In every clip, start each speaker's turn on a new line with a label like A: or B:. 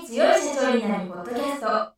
A: 強い社長になるポッドキャスト。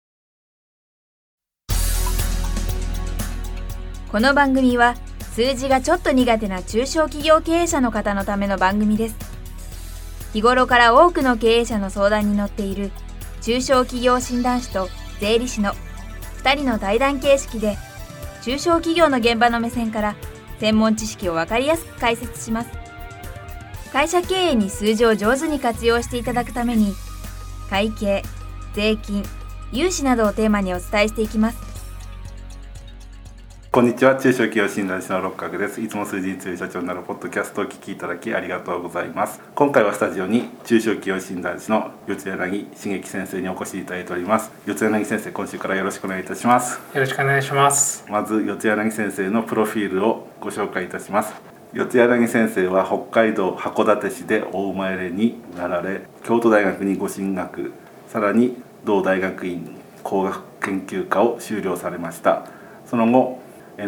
A: この番組は数字がちょっと苦手な中小企業経営者の方のための番組です。日頃から多くの経営者の相談に乗っている中小企業診断士と税理士の2人の対談形式で、中小企業の現場の目線から専門知識を分かりやすく解説します。会社経営に数字を上手に活用していただくために、会計、税金、融資などをテーマにお伝えしていきます。
B: こんにちは、中小企業診断士の六角です。いつも数字に強い社長になるポッドキャストをお聞きいただきありがとうございます。今回はスタジオに中小企業診断士の四柳茂樹先生にお越しいただいております。四柳先生、今週からよろしくお願いいたします。
C: よろしくお願いします。
B: まず四柳先生のプロフィールをご紹介いたします。四柳先生は北海道函館市でお生まれになられ、京都大学にご進学、さらに同大学院工学研究科を修了されました。その後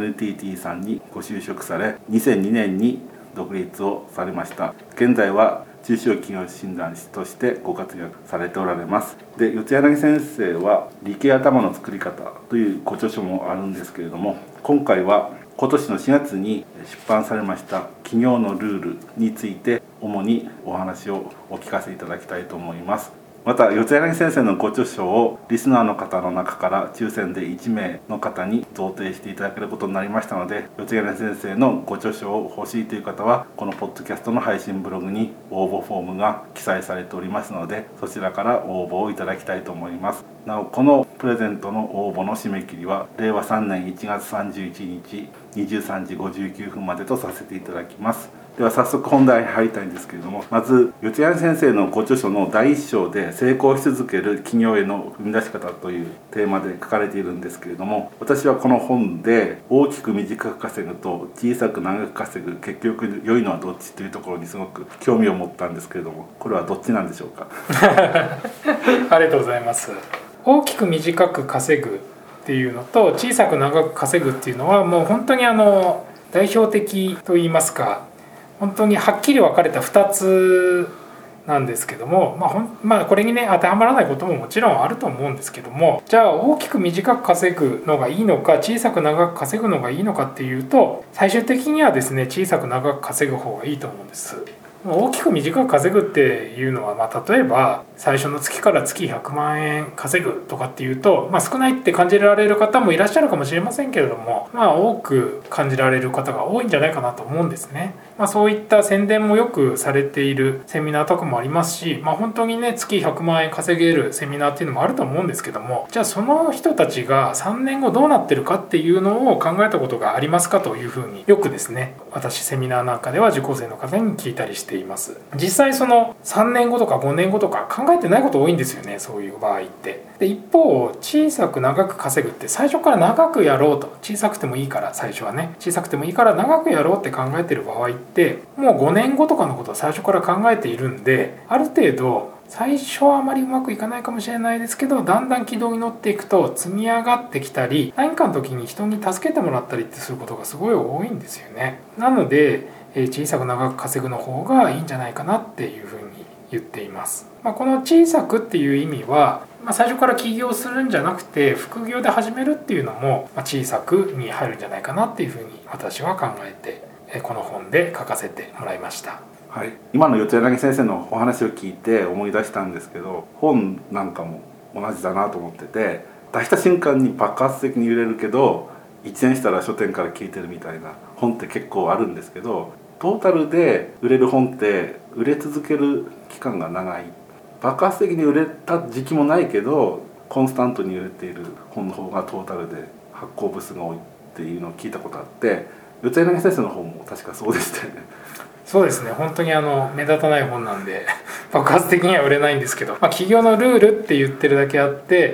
B: NTT さんにご就職され、2002年に独立をされました。現在は中小企業診断士としてご活躍されておられます。で、四柳先生は理系頭の作り方というご著書もあるんですけれども、今回は今年の4月に出版されました企業のルールについて主にお話をお聞かせいただきたいと思います。また四柳先生のご著書をリスナーの方の中から抽選で1名の方に贈呈していただけることになりましたので、四柳先生のご著書を欲しいという方はこのポッドキャストの配信ブログに応募フォームが記載されておりますので、そちらから応募をいただきたいと思います。なお、このプレゼントの応募の締め切りは令和3年1月31日23時59分までとさせていただきます。では早速本題に入りたいんですけれども、まず四柳先生のご著書の第1章で成功し続ける企業への踏み出し方というテーマで書かれているんですけれども、私はこの本で大きく短く稼ぐと小さく長く稼ぐ、結局良いのはどっちというところにすごく興味を持ったんですけれども、これはどっちなんでしょうか？
C: ありがとうございます。大きく短く稼ぐっていうのと小さく長く稼ぐっていうのはもう本当に代表的といいますか、本当にはっきり分かれた2つなんですけども、これにね当てはまらないことももちろんあると思うんですけども、じゃあ大きく短く稼ぐのがいいのか小さく長く稼ぐのがいいのかっていうと、最終的にはですね小さく長く稼ぐ方がいいと思うんです。大きく短く稼ぐっていうのは、例えば最初の月から月100万円稼ぐとかっていうと、少ないって感じられる方もいらっしゃるかもしれませんけれども、多く感じられる方が多いんじゃないかなと思うんですね。そういった宣伝もよくされているセミナーとかもありますし、本当にね月100万円稼げるセミナーっていうのもあると思うんですけども、じゃあその人たちが3年後どうなってるかっていうのを考えたことがありますかというふうによくですね、私セミナーなんかでは受講生の方に聞いたりしています。実際その3年後とか5年後とか考えてないこと多いんですよね、そういう場合って。で一方小さく長く稼ぐって最初から長くやろうと、小さくてもいいから最初はね小さくてもいいから長くやろうって考えてる場合ってもう5年後とかのことを最初から考えているんで、ある程度最初はあまりうまくいかないかもしれないですけど、だんだん軌道に乗っていくと積み上がってきたり、何かの時に人に助けてもらったりってすることがすごい多いんですよね。なので小さく長く稼ぐの方がいいんじゃないかなっていうふうに言っています。この小さくっていう意味は、最初から起業するんじゃなくて副業で始めるっていうのも小さくに入るんじゃないかなっていうふうに私は考えてこの本で書かせてもらいました。
B: はい、今の四柳先生のお話を聞いて思い出したんですけど、本なんかも同じだなと思ってて、出した瞬間に爆発的に売れるけど1年したら書店から消えてるみたいな本って結構あるんですけど、トータルで売れる本って売れ続ける期間が長い、爆発的に売れた時期もないけどコンスタントに売れている本の方がトータルで発行部数が多いっていうのを聞いたことあって、四柳先生の本も確かそうでしたよね。
C: そうですね、本当に目立たない本なんで爆発的には売れないんですけど、企業のルールって言ってるだけあって、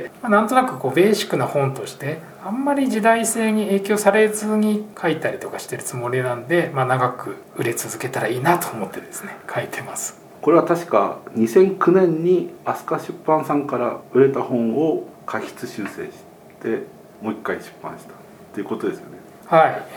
C: なんとなくベーシックな本としてあんまり時代性に影響されずに書いたりとかしてるつもりなんで、長く売れ続けたらいいなと思ってですね書いてます。
B: これは確か2009年に飛鳥出版さんから売れた本を過筆修正してもう一回出版したっていうことですよね。
C: はい、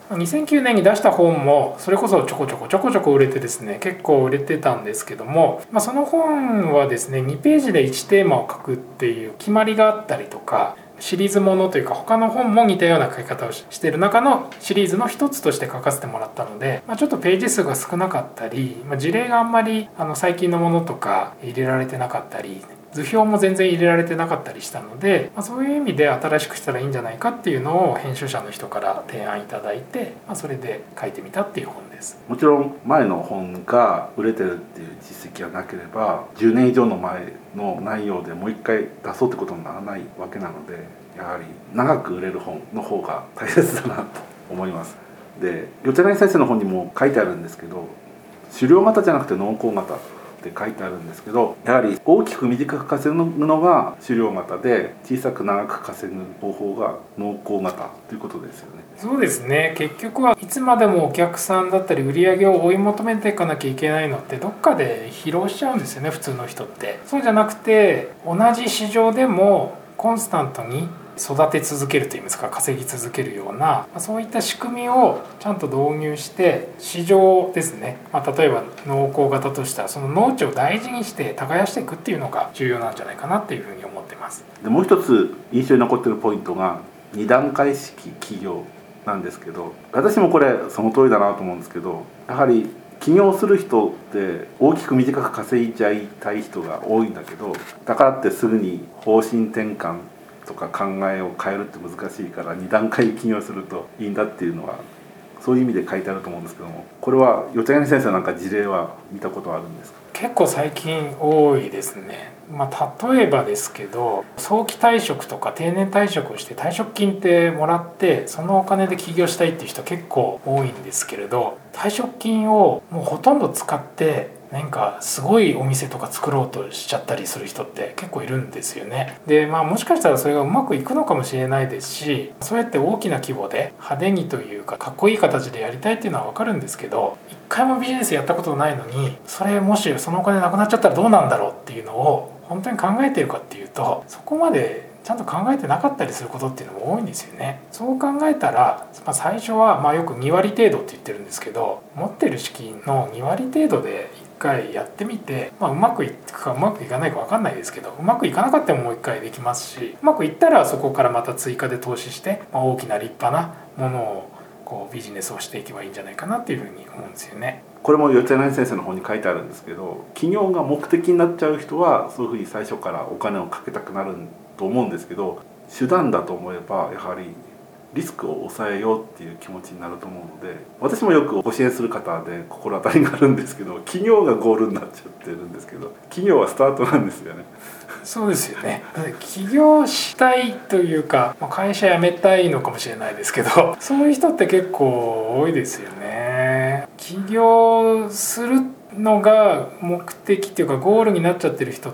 C: 2009年に出した本もそれこそちょこちょこ売れてですね、結構売れてたんですけども、その本はですね2ページで1テーマを書くっていう決まりがあったりとか、シリーズものというか他の本も似たような書き方をしている中のシリーズの一つとして書かせてもらったので、ちょっとページ数が少なかったり、事例があんまり最近のものとか入れられてなかったり、図表も全然入れられてなかったりしたので、そういう意味で新しくしたらいいんじゃないかっていうのを編集者の人から提案いただいて、それで書いてみたっていう本です。
B: もちろん前の本が売れてるっていう実績がなければ10年以上の前の内容でもう一回出そうってことにならないわけなので、やはり長く売れる本の方が大切だなと思います。で、四谷先生の本にも書いてあるんですけど、狩猟型じゃなくて農耕型って書いてあるんですけど、やはり大きく短く稼ぐのが狩猟型で、小さく長く稼ぐ方法が農耕型ということですよね。
C: そうですね。結局はいつまでもお客さんだったり売り上げを追い求めていかなきゃいけないのってどっかで疲労しちゃうんですよね、普通の人って。そうじゃなくて、同じ市場でもコンスタントに育て続けるといいますか、稼ぎ続けるような、そういった仕組みをちゃんと導入して市場ですね、例えば農耕型としてはその農地を大事にして耕していくっていうのが重要なんじゃないかなっていうふうに思ってます。
B: で、もう一つ印象に残っているポイントが2段階式企業なんですけど、私もこれその通りだなと思うんですけど、やはり起業する人って大きく短く稼いじゃいたい人が多いんだけど、だからってすぐに方針転換とか考えを変えるって難しいから2段階起業するといいんだっていうのはそういう意味で書いてあると思うんですけども、これは四谷先生なんか事例は見たことあるんですか？
C: 結構最近多いですね。例えばですけど、早期退職とか定年退職をして退職金ってもらってそのお金で起業したいっていう人結構多いんですけれど、退職金をもうほとんど使ってなんかすごいお店とか作ろうとしちゃったりする人って結構いるんですよね。で、もしかしたらそれがうまくいくのかもしれないですし、そうやって大きな規模で派手にというかかっこいい形でやりたいっていうのは分かるんですけど、一回もビジネスやったことないのに、それもしそのお金なくなっちゃったらどうなんだろうっていうのを本当に考えてるかっていうと、そこまでちゃんと考えてなかったりすることっていうのも多いんですよね。そう考えたら、最初はよく2割程度って言ってるんですけど、持ってる資金の2割程度で1回やってみて、うまくいくかうまくいかないか分かんないですけど、うまくいかなかったらもう1回できますし、うまくいったらそこからまた追加で投資して、大きな立派なものをビジネスをしていけばいいんじゃないかなっていうふうに思うんですよね。
B: これも四谷先生の本に書いてあるんですけど、起業が目的になっちゃう人はそういうふうに最初からお金をかけたくなると思うんですけど、手段だと思えばやはりリスクを抑えようっていう気持ちになると思うので、私もよくご支援する方で心当たりがあるんですけど、起業がゴールになっちゃってるんですけど、起業はスタートなんですよね。
C: そうですよね。起業したいというか、会社辞めたいのかもしれないですけど、そういう人って結構多いですよね。起業するのが目的っていうかゴールになっちゃってる人って、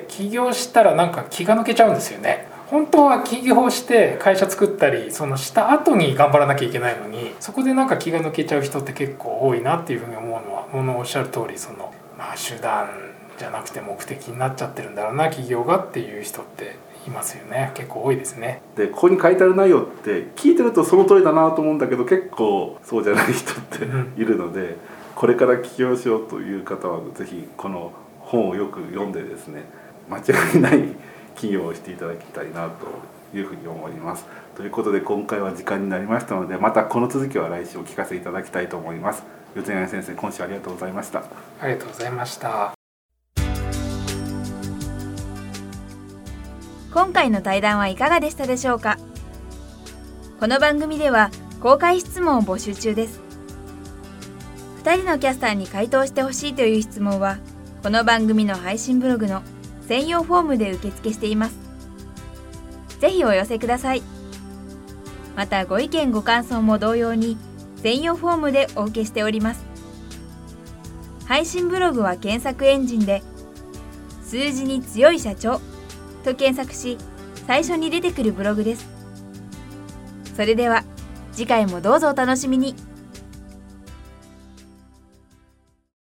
C: 起業したらなんか気が抜けちゃうんですよね。本当は起業して会社作ったりそのした後に頑張らなきゃいけないのに、そこでなんか気が抜けちゃう人って結構多いなっていうふうに思うのは、ものおっしゃる通り、手段じゃなくて目的になっちゃってるんだろうな、起業がっていう人っていますよね。結構多いですね。
B: で、ここに書いてある内容って聞いてるとその通りだなと思うんだけど、結構そうじゃない人っているので、これから起業しようという方はぜひこの本をよく読んでですね、間違いない起業をしていただきたいなというふうに思います。ということで今回は時間になりましたので、またこの続きは来週お聞かせいただきたいと思います。四谷先生、今週ありがとうございました。
C: ありがとうございました。
A: 今回の対談はいかがでしたでしょうか。この番組では公開質問を募集中です。2人のキャスターに回答してほしいという質問は、この番組の配信ブログの専用フォームで受付しています。ぜひお寄せください。またご意見ご感想も同様に専用フォームでお受けしております。配信ブログは検索エンジンで数字に強い社長と検索し、最初に出てくるブログです。それでは次回もどうぞお楽しみに。